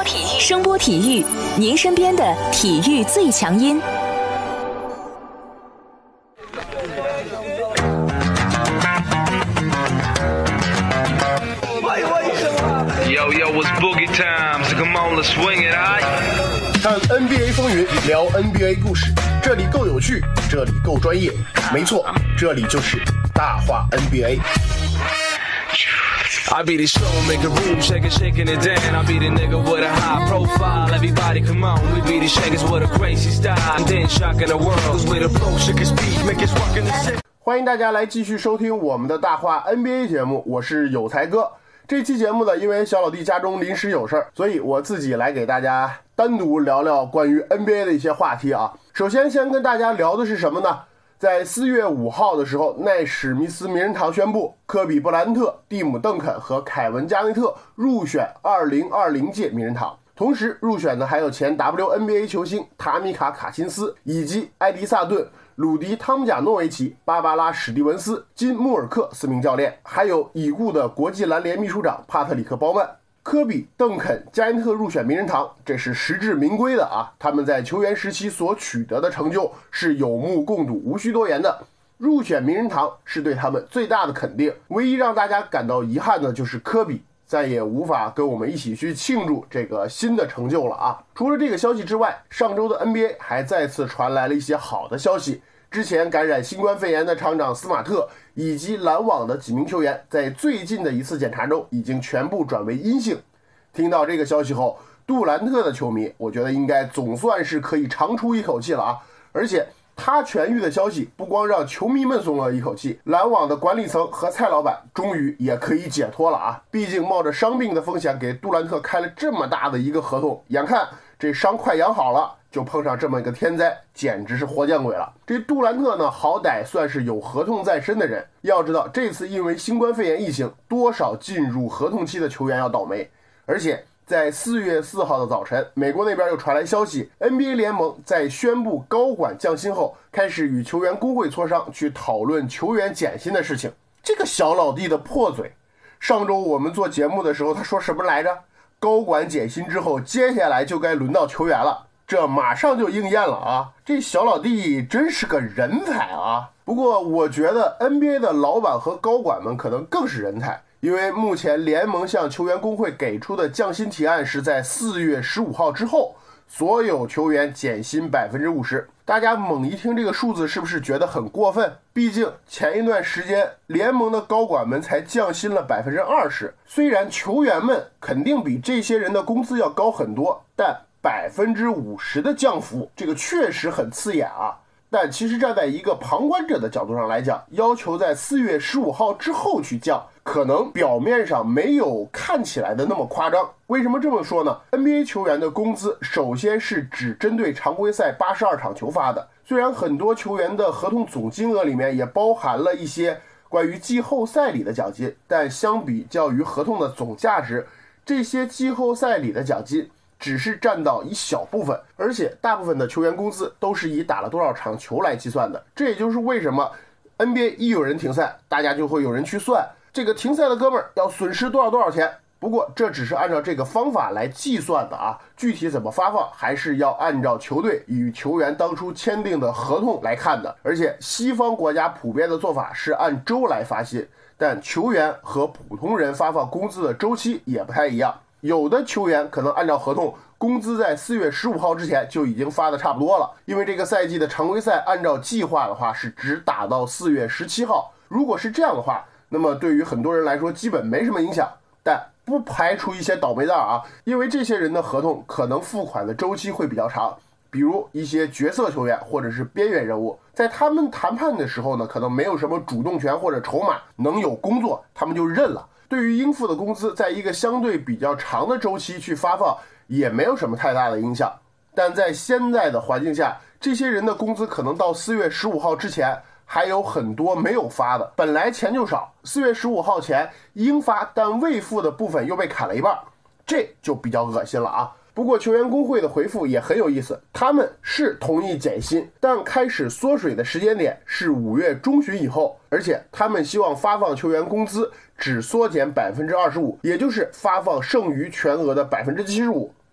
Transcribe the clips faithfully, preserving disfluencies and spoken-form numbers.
播体育，声波体育，您身边的体育最强音。 Yo yo, it's boogie time, so come on, let's swing it, alright? 看 N B A 风云，聊 N B A 故事，这里够有趣，这里够专业，没错，这里就是大话 N B A。I be the show, make a room, shake it, shaking it down. I be the nigga with a high profile. Everybody come on, we be the shakers with a crazy style. And then shocking the world, cause we the flow, shake it, speed, make it rock in the city. 欢迎大家来继续收听我们的大话 N B A 节目，我是有才哥。这期节目呢，因为小老弟家中临时有事儿，所以我自己来给大家单独聊聊关于 N B A 的一些话题啊。首先先跟大家聊的是什么呢？在四月五号的时候，奈史密斯名人堂宣布，科比布莱恩特、蒂姆邓肯和凯文加内特入选二零二零届名人堂。同时入选的还有前 W N B A 球星塔米卡卡辛斯，以及埃迪萨顿、鲁迪汤姆贾诺维奇、芭芭拉史蒂文斯、金穆尔克四名教练，还有已故的国际篮联秘书长帕特里克鲍曼。科比、邓肯、加内特入选名人堂，这是实至名归的啊！他们在球员时期所取得的成就是有目共睹，无需多言的。入选名人堂是对他们最大的肯定，唯一让大家感到遗憾的就是科比再也无法跟我们一起去庆祝这个新的成就了啊！除了这个消息之外，上周的 N B A 还再次传来了一些好的消息。之前感染新冠肺炎的厂长斯马特以及篮网的几名球员在最近的一次检查中已经全部转为阴性。听到这个消息后，杜兰特的球迷我觉得应该总算是可以长出一口气了啊！而且他痊愈的消息不光让球迷们松了一口气，篮网的管理层和蔡老板终于也可以解脱了啊！毕竟冒着伤病的风险给杜兰特开了这么大的一个合同，眼看这伤快养好了，就碰上这么一个天灾，简直是活见鬼了。这杜兰特呢，好歹算是有合同在身的人，要知道这次因为新冠肺炎疫情，多少进入合同期的球员要倒霉。而且在四月四号的早晨，美国那边又传来消息， N B A 联盟在宣布高管降薪后，开始与球员工会磋商，去讨论球员减薪的事情。这个小老弟的破嘴，上周我们做节目的时候他说什么来着？高管减薪之后，接下来就该轮到球员了，这马上就应验了啊！这小老弟真是个人才啊！不过我觉得 N B A 的老板和高管们可能更是人才，因为目前联盟向球员工会给出的降薪提案是在四月十五号之后，所有球员减薪 百分之五十。 大家猛一听这个数字，是不是觉得很过分？毕竟前一段时间联盟的高管们才降薪了 百分之二十， 虽然球员们肯定比这些人的工资要高很多，但 百分之五十 的降幅，这个确实很刺眼啊。但其实站在一个旁观者的角度上来讲，要求在四月十五号之后去降，可能表面上没有看起来的那么夸张。为什么这么说呢？ N B A 球员的工资首先是只针对常规赛八十二场球发的，虽然很多球员的合同总金额里面也包含了一些关于季后赛里的奖金，但相比较于合同的总价值，这些季后赛里的奖金只是占到一小部分，而且大部分的球员工资都是以打了多少场球来计算的。这也就是为什么 N B A 一有人停赛，大家就会有人去算这个停赛的哥们儿要损失多少多少钱。不过这只是按照这个方法来计算的啊，具体怎么发放还是要按照球队与球员当初签订的合同来看的。而且西方国家普遍的做法是按周来发薪，但球员和普通人发放工资的周期也不太一样。有的球员可能按照合同，工资在四月十五号之前就已经发的差不多了，因为这个赛季的常规赛按照计划的话是只打到四月十七号。如果是这样的话，那么对于很多人来说基本没什么影响，但不排除一些倒霉蛋啊，因为这些人的合同可能付款的周期会比较长，比如一些角色球员或者是边缘人物，在他们谈判的时候呢，可能没有什么主动权或者筹码，能有工作他们就认了。对于应付的工资，在一个相对比较长的周期去发放也没有什么太大的影响。但在现在的环境下，这些人的工资可能到四月十五号之前还有很多没有发的，本来钱就少，四月十五号前应发但未付的部分又被砍了一半，这就比较恶心了啊。不过球员工会的回复也很有意思，他们是同意减薪，但开始缩水的时间点是五月中旬以后，而且他们希望发放球员工资只缩减 百分之二十五， 也就是发放剩余全额的 百分之七十五。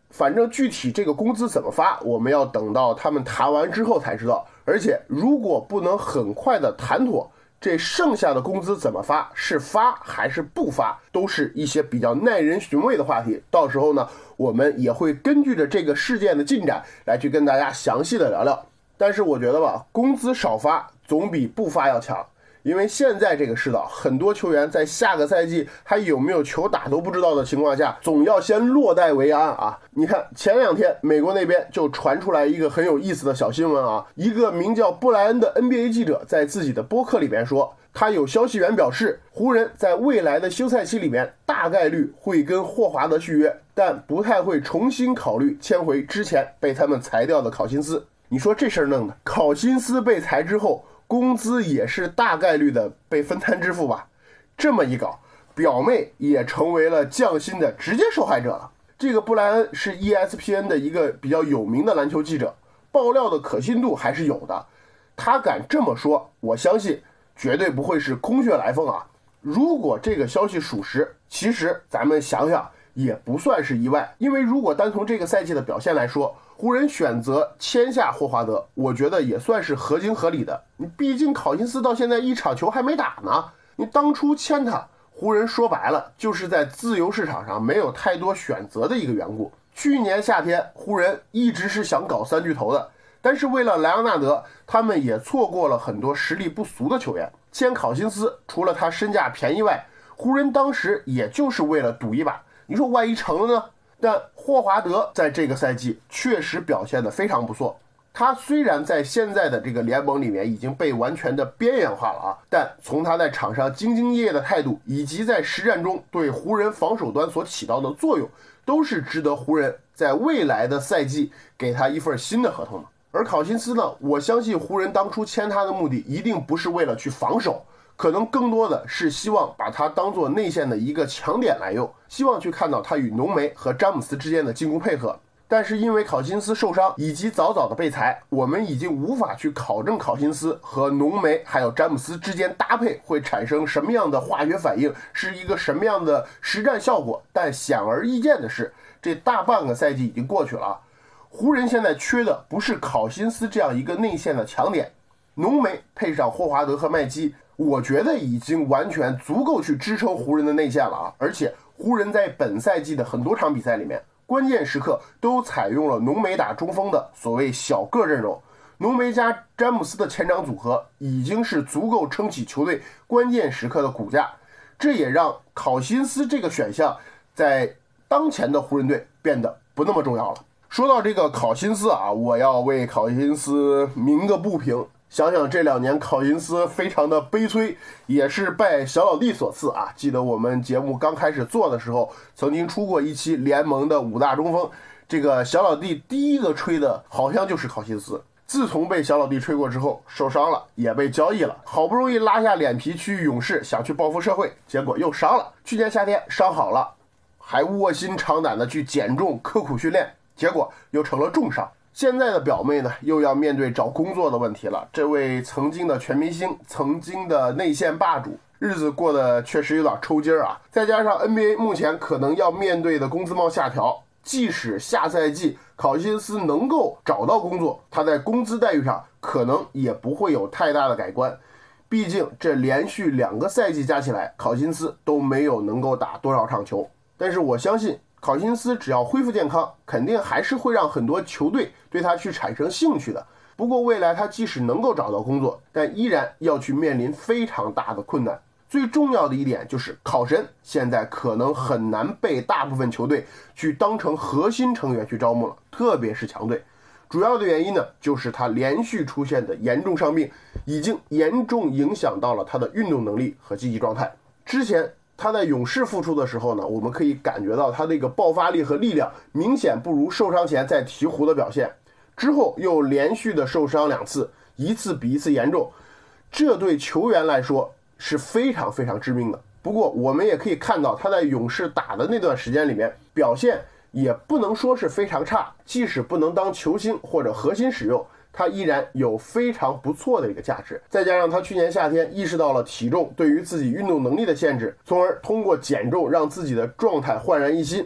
反正具体这个工资怎么发，我们要等到他们谈完之后才知道。而且如果不能很快的谈妥，这剩下的工资怎么发，是发还是不发，都是一些比较耐人寻味的话题。到时候呢，我们也会根据着这个事件的进展来去跟大家详细的聊聊。但是我觉得吧，工资少发总比不发要强。因为现在这个世道，很多球员在下个赛季还有没有球打都不知道的情况下，总要先落袋为安啊。你看前两天美国那边就传出来一个很有意思的小新闻啊，一个名叫布莱恩的 N B A 记者在自己的播客里边说，他有消息源表示，湖人在未来的休赛期里面大概率会跟霍华德续约，但不太会重新考虑签回之前被他们裁掉的考辛斯。你说这事儿弄的，考辛斯被裁之后工资也是大概率的被分摊支付吧。这么一搞，表妹也成为了降薪的直接受害者了。这个布莱恩是 E S P N 的一个比较有名的篮球记者，爆料的可信度还是有的。他敢这么说，我相信绝对不会是空穴来风啊。如果这个消息属实，其实咱们想想也不算是意外，因为如果单从这个赛季的表现来说，湖人选择签下霍华德，我觉得也算是合情合理的。你毕竟考辛斯到现在一场球还没打呢，你当初签他，湖人说白了就是在自由市场上没有太多选择的一个缘故。去年夏天湖人一直是想搞三巨头的，但是为了莱昂纳德，他们也错过了很多实力不俗的球员。签考辛斯除了他身价便宜外，湖人当时也就是为了赌一把，你说万一成了呢？但霍华德在这个赛季确实表现得非常不错。他虽然在现在的这个联盟里面已经被完全的边缘化了啊，但从他在场上兢兢业业的态度，以及在实战中对湖人防守端所起到的作用，都是值得湖人在未来的赛季给他一份新的合同的。而考辛斯呢，我相信湖人当初签他的目的一定不是为了去防守，可能更多的是希望把他当做内线的一个强点来用，希望去看到他与浓眉和詹姆斯之间的进攻配合。但是因为考辛斯受伤以及早早的被裁，我们已经无法去考证考辛斯和浓眉还有詹姆斯之间搭配会产生什么样的化学反应，是一个什么样的实战效果。但显而易见的是，这大半个赛季已经过去了，湖人现在缺的不是考辛斯这样一个内线的强点，浓眉配上霍华德和麦基，我觉得已经完全足够去支撑湖人的内线了啊！而且湖人在本赛季的很多场比赛里面，关键时刻都采用了浓眉打中锋的所谓小个阵容，浓眉加詹姆斯的前场组合已经是足够撑起球队关键时刻的骨架，这也让考辛斯这个选项在当前的湖人队变得不那么重要了。说到这个考辛斯啊，我要为考辛斯鸣个不平。想想这两年考辛斯非常的悲催，也是拜小老弟所赐啊。记得我们节目刚开始做的时候，曾经出过一期联盟的五大中锋，这个小老弟第一个吹的好像就是考辛斯。自从被小老弟吹过之后，受伤了，也被交易了，好不容易拉下脸皮去勇士，想去报复社会，结果又伤了。去年夏天伤好了，还卧薪尝胆的去减重刻苦训练，结果又成了重伤。现在的表妹呢，又要面对找工作的问题了。这位曾经的全明星，曾经的内线霸主，日子过得确实有点抽筋啊。再加上 N B A 目前可能要面对的工资帽下调，即使下赛季考辛斯能够找到工作，他在工资待遇上可能也不会有太大的改观。毕竟这连续两个赛季加起来，考辛斯都没有能够打多少场球。但是我相信考辛斯只要恢复健康，肯定还是会让很多球队对他去产生兴趣的。不过未来他即使能够找到工作，但依然要去面临非常大的困难。最重要的一点就是考神现在可能很难被大部分球队去当成核心成员去招募了，特别是强队。主要的原因呢，就是他连续出现的严重伤病已经严重影响到了他的运动能力和积极状态。之前他在勇士复出的时候呢，我们可以感觉到他的一个爆发力和力量明显不如受伤前在鹈鹕的表现，之后又连续的受伤两次，一次比一次严重，这对球员来说是非常非常致命的。不过我们也可以看到他在勇士打的那段时间里面表现也不能说是非常差，即使不能当球星或者核心使用，他依然有非常不错的一个价值。再加上他去年夏天意识到了体重对于自己运动能力的限制，从而通过减重让自己的状态焕然一新。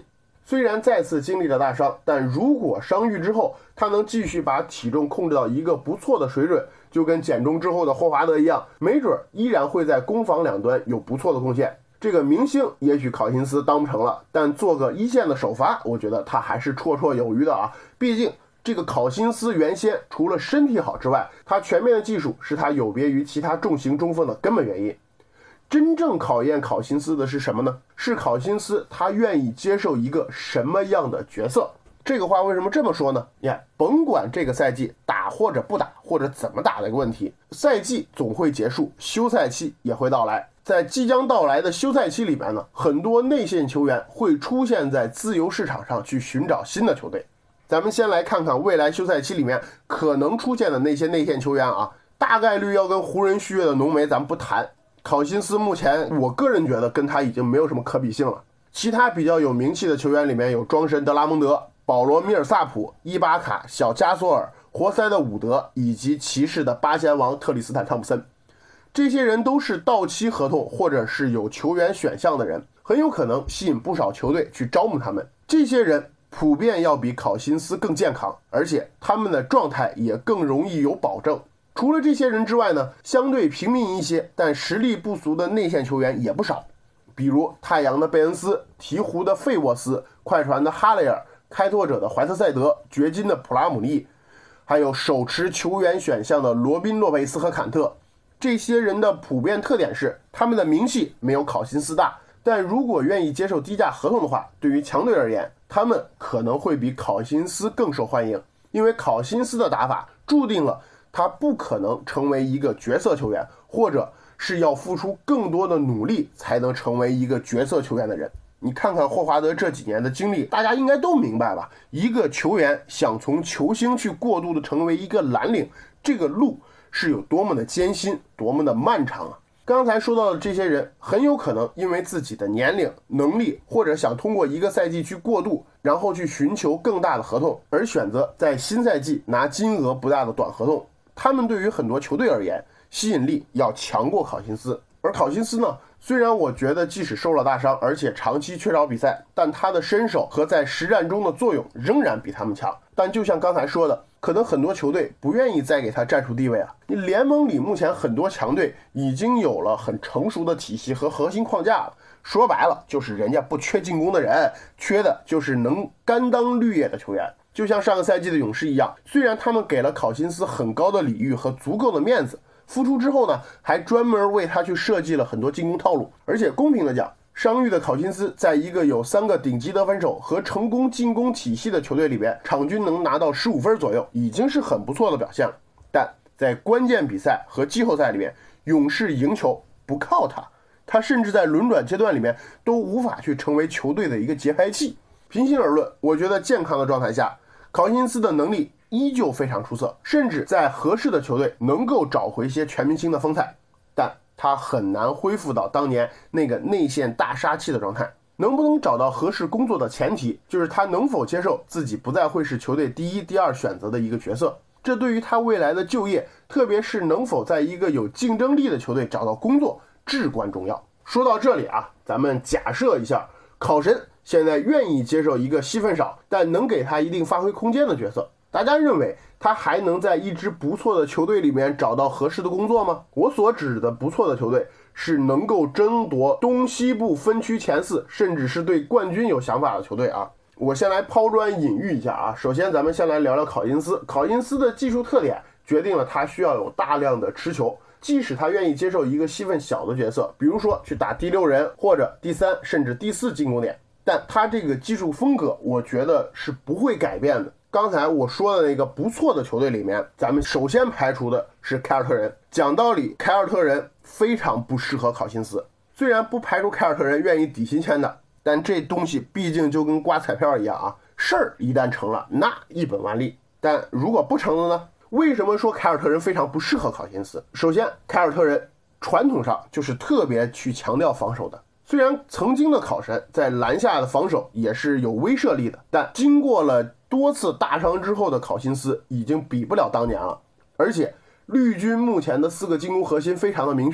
虽然再次经历了大伤，但如果伤愈之后他能继续把体重控制到一个不错的水准，就跟减重之后的霍华德一样，没准依然会在攻防两端有不错的贡献。这个明星也许考辛斯当不成了，但做个一线的首发，我觉得他还是绰绰有余的啊。毕竟这个考辛斯原先除了身体好之外，他全面的技术是他有别于其他重型中锋的根本原因。真正考验考辛斯的是什么呢？是考辛斯他愿意接受一个什么样的角色。这个话为什么这么说呢？你看，甭管这个赛季打或者不打，或者怎么打的一个问题，赛季总会结束，休赛期也会到来。在即将到来的休赛期里面呢，很多内线球员会出现在自由市场上去寻找新的球队。咱们先来看看未来休赛期里面可能出现的那些内线球员啊，大概率要跟湖人续约的浓眉咱们不谈。考辛斯目前我个人觉得跟他已经没有什么可比性了。其他比较有名气的球员里面有庄神德拉蒙德、保罗米尔萨普、伊巴卡、小加索尔、活塞的伍德以及骑士的八仙王特里斯坦汤普森。这些人都是到期合同或者是有球员选项的人，很有可能吸引不少球队去招募他们。这些人普遍要比考辛斯更健康，而且他们的状态也更容易有保证。除了这些人之外呢，相对平民一些但实力不俗的内线球员也不少，比如太阳的贝恩斯、鹈鹕的费沃斯、快船的哈雷尔、开拓者的怀特塞德、掘金的普拉姆利，还有手持球员选项的罗宾洛佩斯和坎特。这些人的普遍特点是他们的名气没有考辛斯大，但如果愿意接受低价合同的话，对于强队而言，他们可能会比考辛斯更受欢迎。因为考辛斯的打法注定了他不可能成为一个角色球员，或者是要付出更多的努力才能成为一个角色球员的人。你看看霍华德这几年的经历，大家应该都明白吧？一个球员想从球星去过渡的成为一个蓝领，这个路是有多么的艰辛，多么的漫长啊！刚才说到的这些人，很有可能因为自己的年龄、能力，或者想通过一个赛季去过渡，然后去寻求更大的合同，而选择在新赛季拿金额不大的短合同。他们对于很多球队而言，吸引力要强过考辛斯。而考辛斯呢，虽然我觉得即使受了大伤，而且长期缺少比赛，但他的身手和在实战中的作用仍然比他们强。但就像刚才说的，可能很多球队不愿意再给他战术地位啊。你联盟里目前很多强队已经有了很成熟的体系和核心框架了，说白了就是人家不缺进攻的人，缺的就是能甘当绿叶的球员。就像上个赛季的勇士一样，虽然他们给了考辛斯很高的礼遇和足够的面子，复出之后呢，还专门为他去设计了很多进攻套路。而且公平的讲，伤愈的考辛斯在一个有三个顶级得分手和成功进攻体系的球队里边，场均能拿到十五分左右，已经是很不错的表现了。但在关键比赛和季后赛里面，勇士赢球不靠他，他甚至在轮转阶段里面都无法去成为球队的一个节拍器。平心而论，我觉得健康的状态下，考辛斯的能力依旧非常出色，甚至在合适的球队能够找回一些全明星的风采，但他很难恢复到当年那个内线大杀器的状态。能不能找到合适工作的前提，就是他能否接受自己不再会是球队第一、第二选择的一个角色。这对于他未来的就业，特别是能否在一个有竞争力的球队找到工作，至关重要。说到这里啊，咱们假设一下，考神现在愿意接受一个戏份少但能给他一定发挥空间的角色，大家认为他还能在一支不错的球队里面找到合适的工作吗？我所指的不错的球队是能够争夺东西部分区前四，甚至是对冠军有想法的球队啊。我先来抛砖引玉一下啊。首先咱们先来聊聊考辛斯。考辛斯的技术特点决定了他需要有大量的持球，即使他愿意接受一个戏份小的角色，比如说去打第六人或者第三甚至第四进攻点，但他这个技术风格我觉得是不会改变的。刚才我说的那个不错的球队里面，咱们首先排除的是凯尔特人。讲道理，凯尔特人非常不适合考辛斯。虽然不排除凯尔特人愿意底薪签的，但这东西毕竟就跟刮彩票一样啊，事儿一旦成了，那一本万利。但如果不成了呢？为什么说凯尔特人非常不适合考辛斯？首先，凯尔特人传统上就是特别去强调防守的。虽然曾经的考神在篮下的防守也是有威慑力的，但经过了多次大伤之后的考辛斯已经比不了当年了。而且绿军目前的四个进攻核心非常的明确，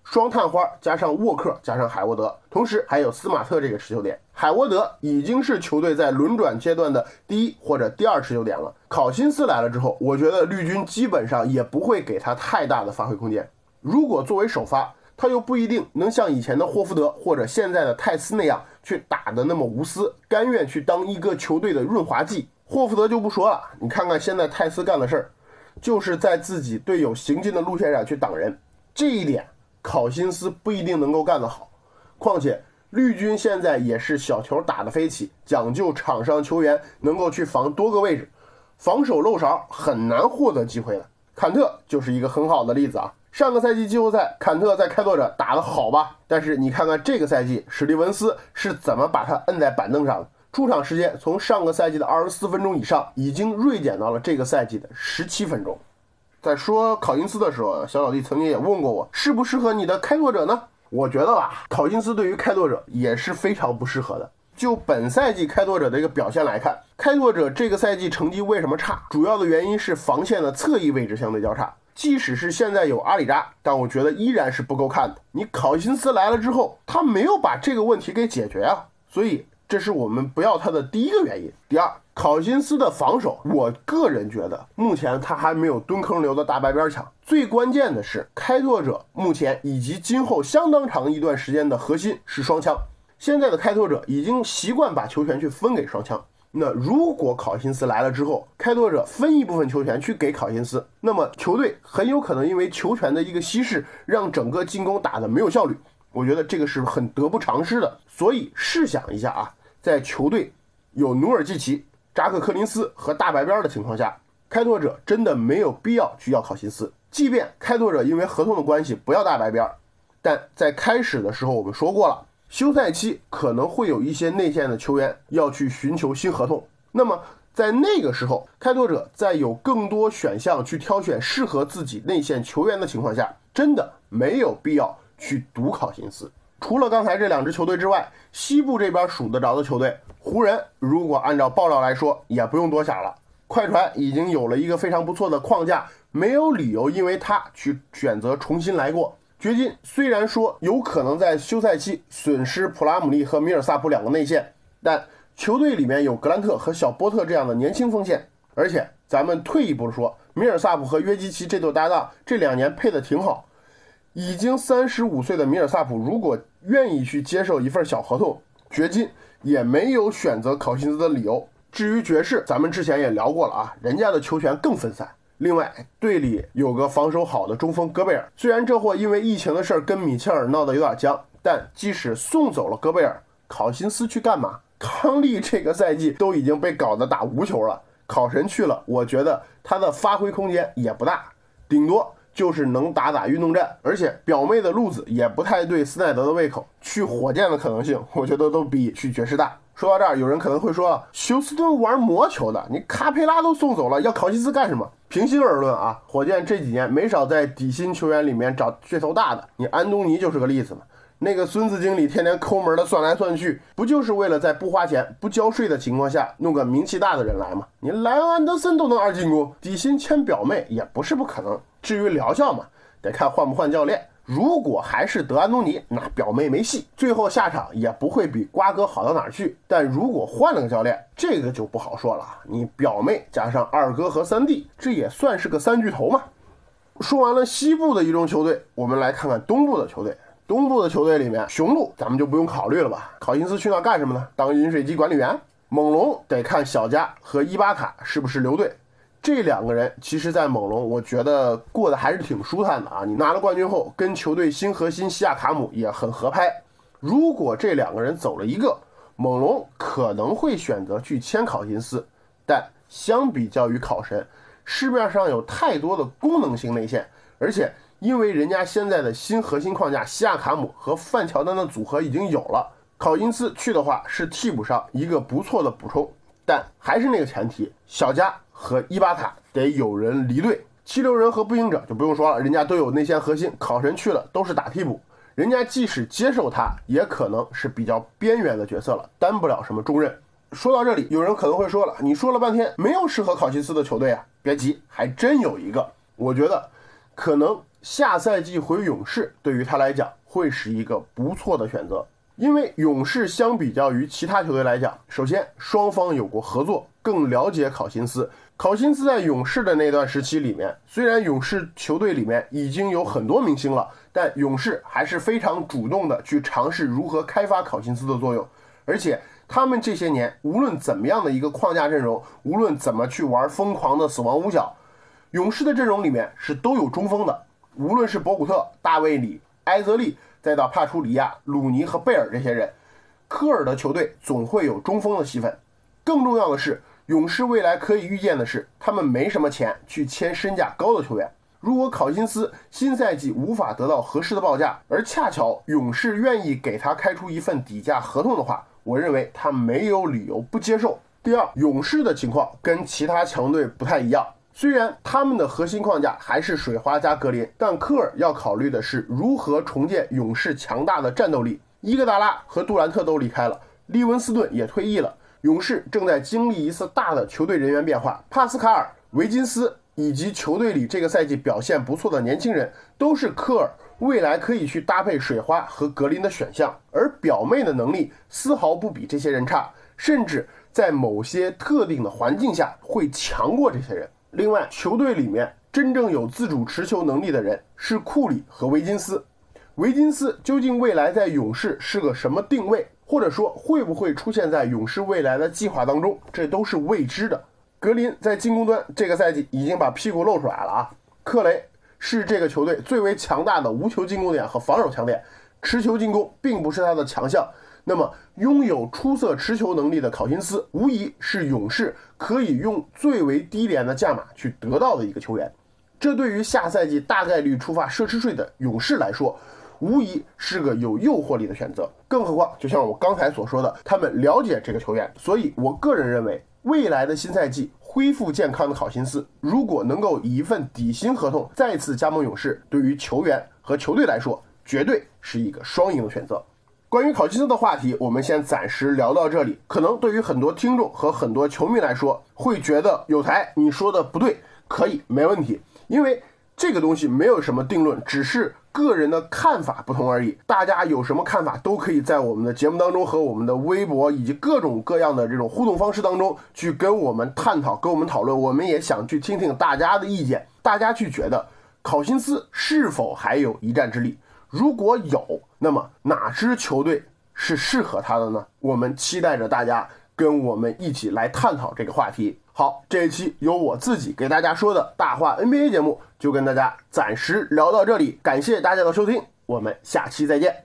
双探花加上沃克加上海沃德，同时还有斯马特这个持球点。海沃德已经是球队在轮转阶段的第一或者第二持球点了。考辛斯来了之后，我觉得绿军基本上也不会给他太大的发挥空间。如果作为首发，他又不一定能像以前的霍福德或者现在的泰斯那样去打的那么无私，甘愿去当一个球队的润滑剂。霍福德就不说了，你看看现在泰斯干的事儿，就是在自己队友行进的路线上去挡人，这一点考辛斯不一定能够干得好。况且绿军现在也是小球打得飞起，讲究场上球员能够去防多个位置，防守漏勺很难获得机会的。坎特就是一个很好的例子啊。上个赛季季后赛，坎特在开拓者打得好吧，但是你看看这个赛季史蒂文斯是怎么把他摁在板凳上的，出场时间从上个赛季的二十四分钟以上，已经锐减到了这个赛季的十七分钟。在说考辛斯的时候，小老弟曾经也问过我，适不适合你的开拓者呢？我觉得吧，考辛斯对于开拓者也是非常不适合的。就本赛季开拓者的一个表现来看，开拓者这个赛季成绩为什么差，主要的原因是防线的侧翼位置相对较差。即使是现在有阿里扎，但我觉得依然是不够看的。你考辛斯来了之后，他没有把这个问题给解决啊，所以这是我们不要他的第一个原因。第二，考辛斯的防守，我个人觉得目前他还没有蹲坑流的大白边强。最关键的是，开拓者目前以及今后相当长一段时间的核心是双枪。现在的开拓者已经习惯把球权去分给双枪。那如果考辛斯来了之后，开拓者分一部分球权去给考辛斯，那么球队很有可能因为球权的一个稀释，让整个进攻打得没有效率。我觉得这个是很得不偿失的。所以试想一下啊，在球队有努尔基奇、扎克柯林斯和大白边的情况下，开拓者真的没有必要去要考辛斯。即便开拓者因为合同的关系不要大白边，但在开始的时候我们说过了，休赛期可能会有一些内线的球员要去寻求新合同，那么在那个时候，开拓者在有更多选项去挑选适合自己内线球员的情况下，真的没有必要去赌考辛斯。除了刚才这两支球队之外，西部这边数得着的球队，湖人如果按照爆料来说，也不用多想了，快船已经有了一个非常不错的框架，没有理由因为他去选择重新来过。掘金虽然说有可能在休赛期损失普拉姆利和米尔萨普两个内线，但球队里面有格兰特和小波特这样的年轻锋线，而且咱们退一步说，米尔萨普和约基奇这对搭档这两年配的挺好。已经三十五岁的米尔萨普如果愿意去接受一份小合同，掘金也没有选择考辛斯的理由。至于爵士，咱们之前也聊过了啊，人家的球权更分散。另外，队里有个防守好的中锋戈贝尔，虽然这货因为疫情的事儿跟米切尔闹得有点僵，但即使送走了戈贝尔，考辛斯去干嘛？康利这个赛季都已经被搞得打无球了，考神去了，我觉得他的发挥空间也不大，顶多就是能打打运动战，而且表妹的路子也不太对斯奈德的胃口，去火箭的可能性我觉得都比去爵士大。说到这儿，有人可能会说了，休斯顿玩魔球的，你卡佩拉都送走了，要考辛斯干什么？平心而论啊，火箭这几年没少在底薪球员里面找噱头大的，你安东尼就是个例子嘛。那个孙子经理天天抠门的算来算去，不就是为了在不花钱不交税的情况下弄个名气大的人来吗？你莱恩安德森都能二进攻，底薪签表妹也不是不可能。至于疗效嘛，得看换不换教练。如果还是德安东尼，那表妹没戏，最后下场也不会比瓜哥好到哪儿去。但如果换了个教练，这个就不好说了。你表妹加上二哥和三弟，这也算是个三巨头嘛。说完了西部的一众球队，我们来看看东部的球队。东部的球队里面，雄鹿咱们就不用考虑了吧，考辛斯去那干什么呢？当饮水机管理员。猛龙得看小加和伊巴卡是不是留队。这两个人其实在猛龙我觉得过得还是挺舒坦的啊，你拿了冠军后跟球队新核心西亚卡姆也很合拍。如果这两个人走了一个，猛龙可能会选择去签考辛斯，但相比较于考神，市面上有太多的功能性内线，而且因为人家现在的新核心框架西亚卡姆和范乔丹的组合已经有了，考辛斯去的话是替补上一个不错的补充，但还是那个前提，小加和伊巴卡得有人离队。七六人和步行者就不用说了，人家都有内线核心，考神去了都是打替补，人家即使接受他也可能是比较边缘的角色了，担不了什么重任。说到这里，有人可能会说了，你说了半天没有适合考辛斯的球队啊，别急，还真有一个。我觉得可能下赛季回勇士对于他来讲会是一个不错的选择。因为勇士相比较于其他球队来讲，首先双方有过合作，更了解考辛斯。考辛斯在勇士的那段时期里面，虽然勇士球队里面已经有很多明星了，但勇士还是非常主动的去尝试如何开发考辛斯的作用。而且他们这些年无论怎么样的一个框架阵容，无论怎么去玩疯狂的死亡五小，勇士的阵容里面是都有中锋的，无论是博古特、大卫里、埃泽利，再到帕楚里亚、鲁尼和贝尔这些人，科尔的球队总会有中锋的戏份。更重要的是，勇士未来可以预见的是，他们没什么钱去签身价高的球员。如果考辛斯新赛季无法得到合适的报价，而恰巧勇士愿意给他开出一份底价合同的话，我认为他没有理由不接受。第二，勇士的情况跟其他强队不太一样，虽然他们的核心框架还是水花加格林，但科尔要考虑的是如何重建勇士强大的战斗力。伊戈达拉和杜兰特都离开了，利文斯顿也退役了，勇士正在经历一次大的球队人员变化。帕斯卡尔、维金斯以及球队里这个赛季表现不错的年轻人，都是科尔未来可以去搭配水花和格林的选项。而表妹的能力丝毫不比这些人差，甚至在某些特定的环境下会强过这些人。另外，球队里面真正有自主持球能力的人是库里和维金斯。维金斯究竟未来在勇士是个什么定位，或者说会不会出现在勇士未来的计划当中，这都是未知的。格林在进攻端这个赛季已经把屁股露出来了啊！克雷是这个球队最为强大的无球进攻点和防守强点，持球进攻并不是他的强项。那么拥有出色持球能力的考辛斯无疑是勇士可以用最为低廉的价码去得到的一个球员，这对于下赛季大概率触发奢侈税的勇士来说无疑是个有诱惑力的选择。更何况就像我刚才所说的，他们了解这个球员，所以我个人认为未来的新赛季恢复健康的考辛斯如果能够以一份底薪合同再次加盟勇士，对于球员和球队来说绝对是一个双赢的选择。关于考辛斯的话题我们先暂时聊到这里，可能对于很多听众和很多球迷来说会觉得有台你说的不对，可以没问题，因为这个东西没有什么定论，只是个人的看法不同而已。大家有什么看法都可以在我们的节目当中和我们的微博以及各种各样的这种互动方式当中去跟我们探讨，跟我们讨论。我们也想去听听大家的意见，大家去觉得考辛斯是否还有一战之力，如果有，那么哪支球队是适合他的呢？我们期待着大家跟我们一起来探讨这个话题。好，这一期由我自己给大家说的大话 N B A 节目就跟大家暂时聊到这里，感谢大家的收听，我们下期再见。